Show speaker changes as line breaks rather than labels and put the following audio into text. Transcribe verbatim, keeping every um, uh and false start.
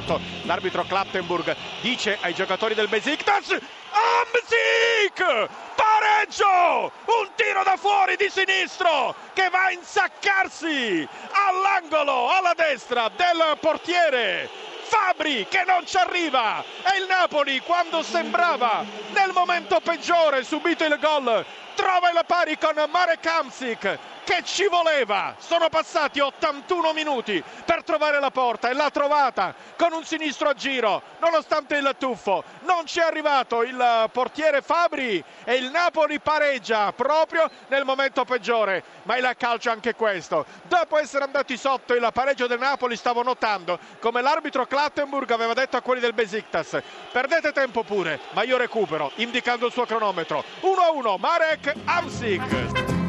intanto l'arbitro Clattenburg dice ai giocatori del Besiktas: Hamsik! Pareggio! Un tiro da fuori di sinistro che va a insaccarsi all'angolo, alla destra del portiere Fabri, che non ci arriva. E il Napoli, quando sembrava nel momento peggiore subito il gol, trova il pari con Marek Hamsik, che ci voleva. Sono passati ottantuno minuti per trovare la porta e l'ha trovata con un sinistro a giro, nonostante il tuffo. Non ci è arrivato il portiere Fabri e il Napoli pareggia proprio nel momento peggiore. Ma il calcio è anche questo. Dopo essere andati sotto il pareggio del Napoli, stavo notando come l'arbitro Clattenburg aveva detto a quelli del Besiktas: perdete tempo pure, ma io recupero, indicando il suo cronometro. uno a uno, Marek Hamsik.